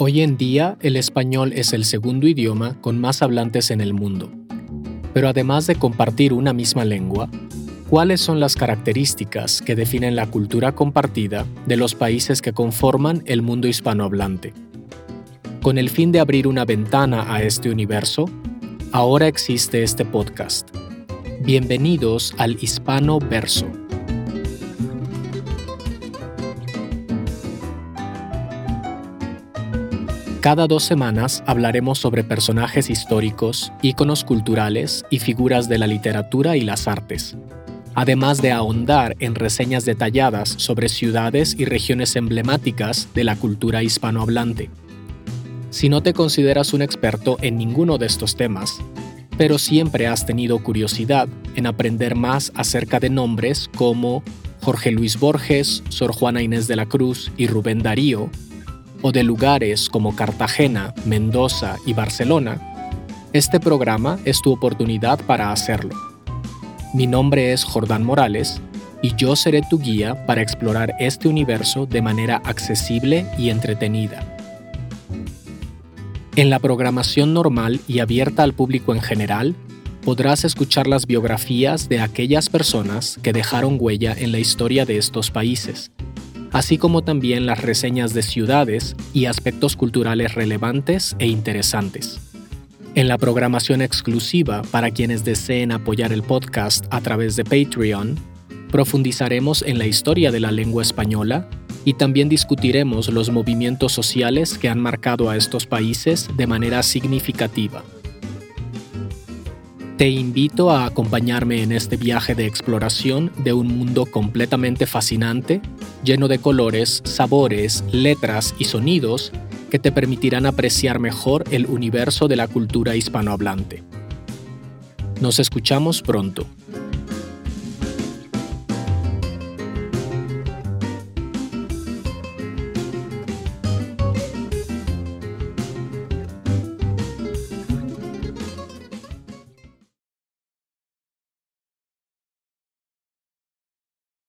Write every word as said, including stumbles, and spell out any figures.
Hoy en día, el español es el segundo idioma con más hablantes en el mundo. Pero además de compartir una misma lengua, ¿cuáles son las características que definen la cultura compartida de los países que conforman el mundo hispanohablante? Con el fin de abrir una ventana a este universo, ahora existe este podcast. Bienvenidos al Hispano Verso. Cada dos semanas hablaremos sobre personajes históricos, íconos culturales y figuras de la literatura y las artes, además de ahondar en reseñas detalladas sobre ciudades y regiones emblemáticas de la cultura hispanohablante. Si no te consideras un experto en ninguno de estos temas, pero siempre has tenido curiosidad en aprender más acerca de nombres como Jorge Luis Borges, Sor Juana Inés de la Cruz y Rubén Darío, o de lugares como Cartagena, Mendoza y Barcelona, este programa es tu oportunidad para hacerlo. Mi nombre es Jordán Morales y yo seré tu guía para explorar este universo de manera accesible y entretenida. En la programación normal y abierta al público en general, podrás escuchar las biografías de aquellas personas que dejaron huella en la historia de estos países, así como también las reseñas de ciudades y aspectos culturales relevantes e interesantes. En la programación exclusiva para quienes deseen apoyar el podcast a través de Patreon, profundizaremos en la historia de la lengua española y también discutiremos los movimientos sociales que han marcado a estos países de manera significativa. Te invito a acompañarme en este viaje de exploración de un mundo completamente fascinante, lleno de colores, sabores, letras y sonidos que te permitirán apreciar mejor el universo de la cultura hispanohablante. Nos escuchamos pronto.